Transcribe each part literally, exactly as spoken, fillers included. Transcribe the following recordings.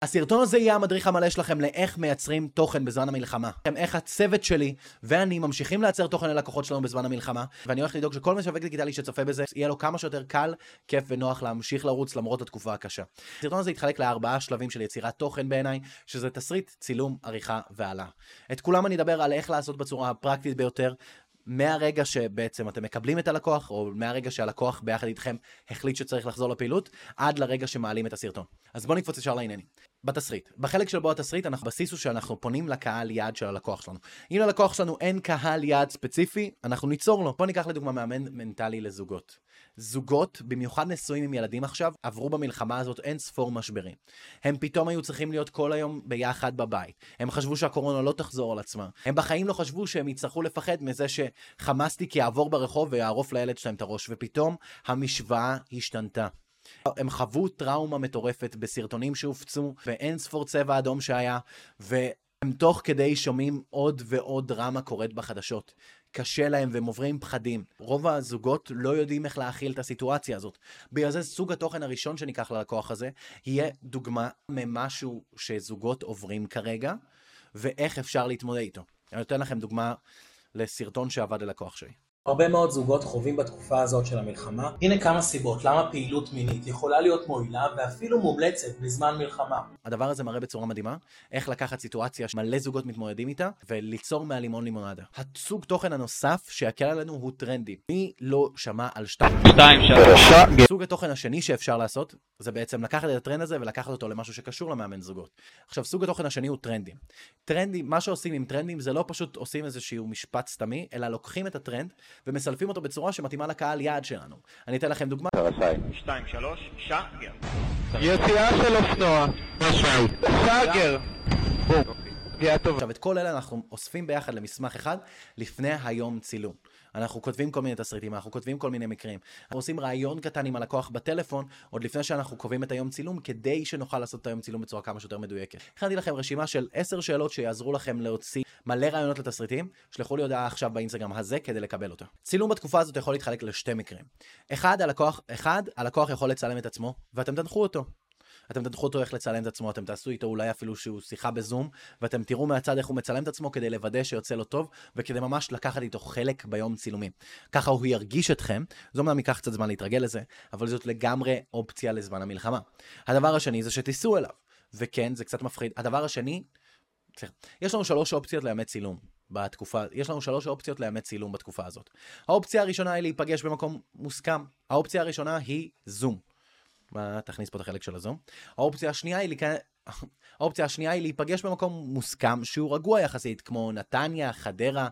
הסרטון הזה יהיה המדריך המלא שלכם לאיך מייצרים תוכן בזמן המלחמה. איך הצוות שלי ואני ממשיכים לייצר תוכן ללקוחות שלנו בזמן המלחמה, ואני הולך לדאוג שכל משווק דיגיטלי שצופה בזה יהיה לו כמה שיותר קל, כיף ונוח להמשיך לרוץ למרות התקופה הקשה. הסרטון הזה יתחלק לארבעה שלבים של יצירת תוכן בעיניי, שזה תסריט, צילום, עריכה והעלה. את כולם אני אדבר על איך לעשות בצורה הפרקטית ביותר, מהרגע שבעצם אתם מקבלים את הלקוח, או מהרגע שהלקוח ביחד איתכם החליט שצריך לחזור לפעילות, עד לרגע שמעלים את הסרטון. אז בואו נקפוץ ישר לעניינים. בתסריט. בחלק של בו התסריט, אנחנו בסיס הוא שאנחנו פונים לקהל יעד של הלקוח שלנו. אם ללקוח שלנו אין קהל יעד ספציפי, אנחנו ניצור לו. בואו ניקח לדוגמה מאמן מנטלי לזוגות. זוגות, במיוחד נשואים עם ילדים עכשיו, עברו במלחמה הזאת אין ספור משברים. הם פתאום היו צריכים להיות כל היום ביחד בבית. הם חשבו שהקורונה לא תחזור על עצמה. הם בחיים לא חשבו שהם יצטרכו לפחד מזה שחמאסטיק יעבור ברחוב ויערוף לילד שלהם את הראש, ופתאום המשוואה השתנתה. הם חוו טראומה מטורפת בסרטונים שהופצו, ואין ספור צבע אדום שהיה, והם תוך כדי שומעים עוד ועוד דרמה קורית בחדשות. קשה להם והם עוברים פחדים. רוב הזוגות לא יודעים איך להכיל את הסיטואציה הזאת. בגלל זה סוג התוכן הראשון שניקח ללקוח הזה, יהיה דוגמה ממשהו שזוגות עוברים כרגע, ואיך אפשר להתמודד איתו. אני נותן לכם דוגמה לסרטון שעבד ללקוח שלי. הרבה מאוד זוגות חווים בתקופה הזאת של המלחמה. הנה כמה סיבות למה פעילות מינית יכולה להיות מועילה ואפילו מומלצת בזמן מלחמה. הדבר הזה מראה בצורה מדהימה איך לקחת סיטואציה שמלא זוגות מתמודדים איתה וליצור מהלימון לימונדה. הסוג תוכן הנוסף שיקל עלינו הוא טרנדי. מי לא שמע על שתיים? שתיים, שלוש. סוג התוכן השני שאפשר לעשות זה בעצם לקחת את הטרנד הזה ולקחת אותו למשהו שקשור למאמן זוגות. עכשיו, סוג התוכן השני הוא טרנדים. טרנדים, מה שעושים עם טרנדים זה לא פשוט עושים איזשהו משפט סתמי, אלא לוקחים את הטרנד ומסלפים אותו בצורה שמתאימה לקהל יעד שלנו. אני אתן לכם דוגמה. שתיים, שלוש, שגר. יציאה של אופנוע. שגר. בום. פגיעה טובה. עכשיו, את כל אלה אנחנו אוספים ביחד למסמך אחד לפני היום צילום. אנחנו כותבים כל מיני תסריטים, אנחנו כותבים כל מיני מקרים. אנחנו עושים רעיון קטן עם הלקוח בטלפון, עוד לפני שאנחנו קובעים את היום צילום, כדי שנוכל לעשות את היום צילום בצורה כמה שיותר מדויקת. הכנתי לכם רשימה של עשר שאלות שיעזרו לכם להוציא מלא רעיונות לתסריטים. שלחו לי הודעה עכשיו באינסטגרם הזה כדי לקבל אותה. צילום בתקופה הזאת יכול להתחלק לשתי מקרים. אחד, הלקוח, אחד, הלקוח יכול לצלם את עצמו, ואתם תנחו אותו. אתם תדחו אותו איך לצלם את עצמו, אתם תעשו איתו אולי אפילו שהוא שיחה בזום, ואתם תראו מהצד איך הוא מצלם את עצמו כדי לוודא שיוצא לו טוב, וכדי ממש לקחת איתו חלק ביום צילומים. ככה הוא ירגיש אתכם, זו אמנם ייקח קצת זמן להתרגל לזה, אבל זאת לגמרי אופציה לזמן המלחמה. הדבר השני זה שתיסעו אליו, וכן, זה קצת מפחיד. הדבר השני, יש לנו שלוש אופציות לאמת צילום. בתקופה, יש לנו שלוש אופציות לאמת צילום בתקופה הזאת. האופציה הראשונה היא להיפגש במקום מוסכם. האופציה הראשונה היא זום. תכניס פה את החלק של הזום. האופציה השנייה היא להיכנס... האופציה השנייה היא להיפגש במקום מוסכם שהוא רגוע יחסית, כמו נתניה, חדרה,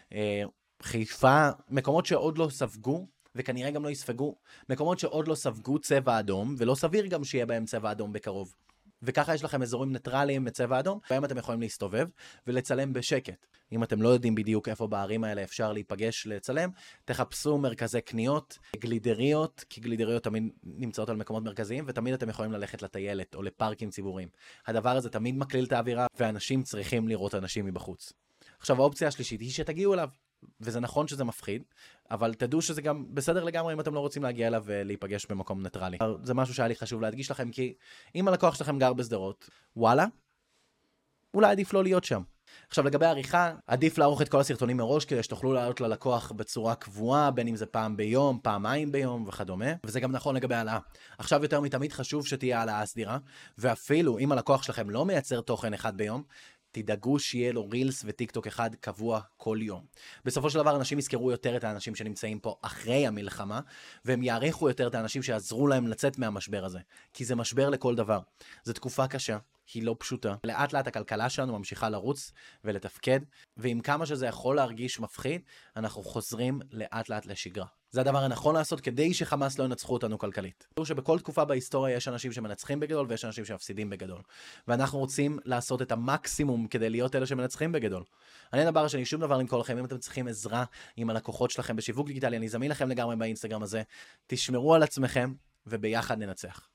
חיפה, מקומות שעוד לא ספגו, וכנראה גם לא יספגו, מקומות שעוד לא ספגו צבע אדום, ולא סביר גם שיהיה בהם צבע אדום בקרוב. וככה יש לכם אזורים ניטרליים בצבע אדום, בהם אתם יכולים להסתובב ולצלם בשקט. אם אתם לא יודעים בדיוק איפה בערים האלה אפשר להיפגש לצלם, תחפשו מרכזי קניות, גלידריות, כי גלידריות תמיד נמצאות על מקומות מרכזיים, ותמיד אתם יכולים ללכת לטיילת או לפארקים ציבוריים. הדבר הזה תמיד מקליל את האווירה, ואנשים צריכים לראות אנשים מבחוץ. עכשיו, האופציה השלישית היא שתגיעו אליו. וזה נכון שזה מפחיד, אבל תדעו שזה גם בסדר לגמרי אם אתם לא רוצים להגיע אליו ולהיפגש במקום ניטרלי. זה משהו שהיה לי חשוב להדגיש לכם, כי אם הלקוח שלכם גר בשדרות, וואלה, אולי עדיף לא להיות שם. עכשיו, לגבי העריכה, עדיף לערוך את כל הסרטונים מראש, כדי שתוכלו לעלות ללקוח בצורה קבועה, בין אם זה פעם ביום, פעמיים ביום וכדומה, וזה גם נכון לגבי העלאה. עכשיו יותר מתמיד חשוב שתהיה העלאה סדירה, ואפילו אם הלקוח שלכם לא מייצר תוכן אחד ביום, תדאגו שיהיה לו רילס וטיק טוק אחד קבוע כל יום. בסופו של דבר אנשים יזכרו יותר את האנשים שנמצאים פה אחרי המלחמה, והם יעריכו יותר את האנשים שעזרו להם לצאת מהמשבר הזה. כי זה משבר לכל דבר. זו תקופה קשה, היא לא פשוטה. לאט לאט הכלכלה שלנו ממשיכה לרוץ ולתפקד, ועם כמה שזה יכול להרגיש מפחיד, אנחנו חוזרים לאט לאט לשגרה. זה הדבר הנכון לעשות כדי שחמאס לא ינצחו אותנו כלכלית. ברור שבכל תקופה בהיסטוריה יש אנשים שמנצחים בגדול ויש אנשים שמפסידים בגדול. ואנחנו רוצים לעשות את המקסימום כדי להיות אלה שמנצחים בגדול. אני דבר שאני שום דבר למכור לכם, אם אתם צריכים עזרה עם הלקוחות שלכם בשיווק דיגיטלי, אני זמין לכם לגמרי באינסטגרם הזה. תשמרו על עצמכם וביחד ננצח.